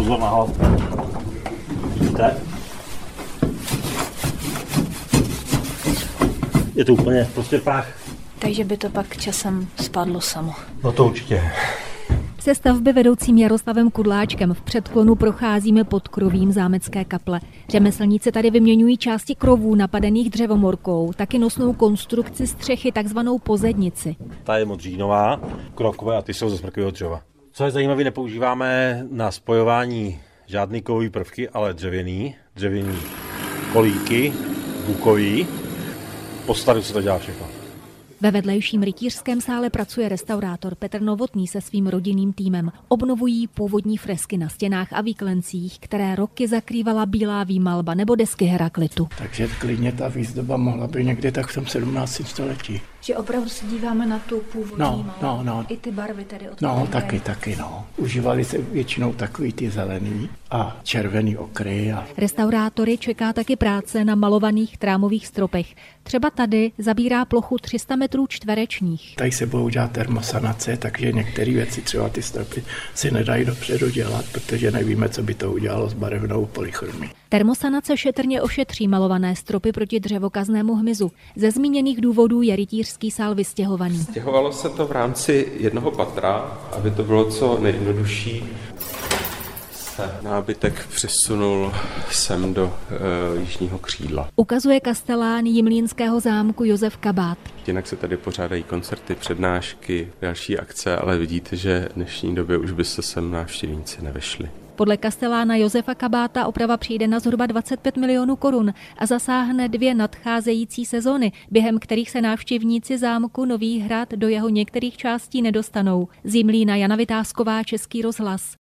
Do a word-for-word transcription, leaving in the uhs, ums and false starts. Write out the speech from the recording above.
pozor na hlavu. Vidíte? Je to úplně prostě prach. Takže by to pak časem spadlo samo. No to určitě. Se stavby vedoucím Jaroslavem Kudláčkem v předklonu procházíme pod kroví zámecké kaple. Řemeslníci tady vyměňují části krovů napadených dřevomorkou, taky nosnou konstrukci střechy, takzvanou pozednici. Ta je modřínová, krokové a ty jsou ze smrkového dřeva. Co je zajímavé, nepoužíváme na spojování žádný kovový prvky, ale dřevěný, dřevěný kolíky, bukový. Postaru se to dělá všechno. Ve vedlejším rytířském sále pracuje restaurátor Petr Novotný se svým rodinným týmem. Obnovují původní fresky na stěnách a výklencích, které roky zakrývala bílá výmalba nebo desky Heraklitu. Takže klidně ta výzdoba mohla být někdy tak v tom sedmnáctém století. Že opravdu se díváme na tu původní no, malbu. No, no. I ty barvy tedy od No, taky, taky, no. Užívali se většinou takový ty zelený a červený okry. A... Restaurátory čeká taky práce na malovaných trámových stropech. Třeba tady zabírá plochu tři sta metrů čtverečních. Tady se budou dělat termosanace, takže některé věci, třeba ty stropy, si nedají dopředu dělat, protože nevíme, co by to udělalo s barevnou polychromí. Termosanace šetrně ošetří malované stropy proti dřevokaznému hmyzu. Ze zmíněných důvodů je rytířský sál vystěhovaný. Stěhovalo se to v rámci jednoho patra, aby to bylo co nejjednodušší. Se nábytek přesunul sem do e, jižního křídla. Ukazuje kastelán Jimlínského zámku Josef Kabát. Jinak se tady pořádají koncerty, přednášky, další akce, ale vidíte, že v dnešní době už by se sem návštěvníci nevešli. Podle kastelána Josefa Kabáta oprava přijde na zhruba dvacet pět milionů korun a zasáhne dvě nadcházející sezony, během kterých se návštěvníci zámku Nový Hrad do jeho některých částí nedostanou. Z Jimlína Jana Vytázková, Český rozhlas.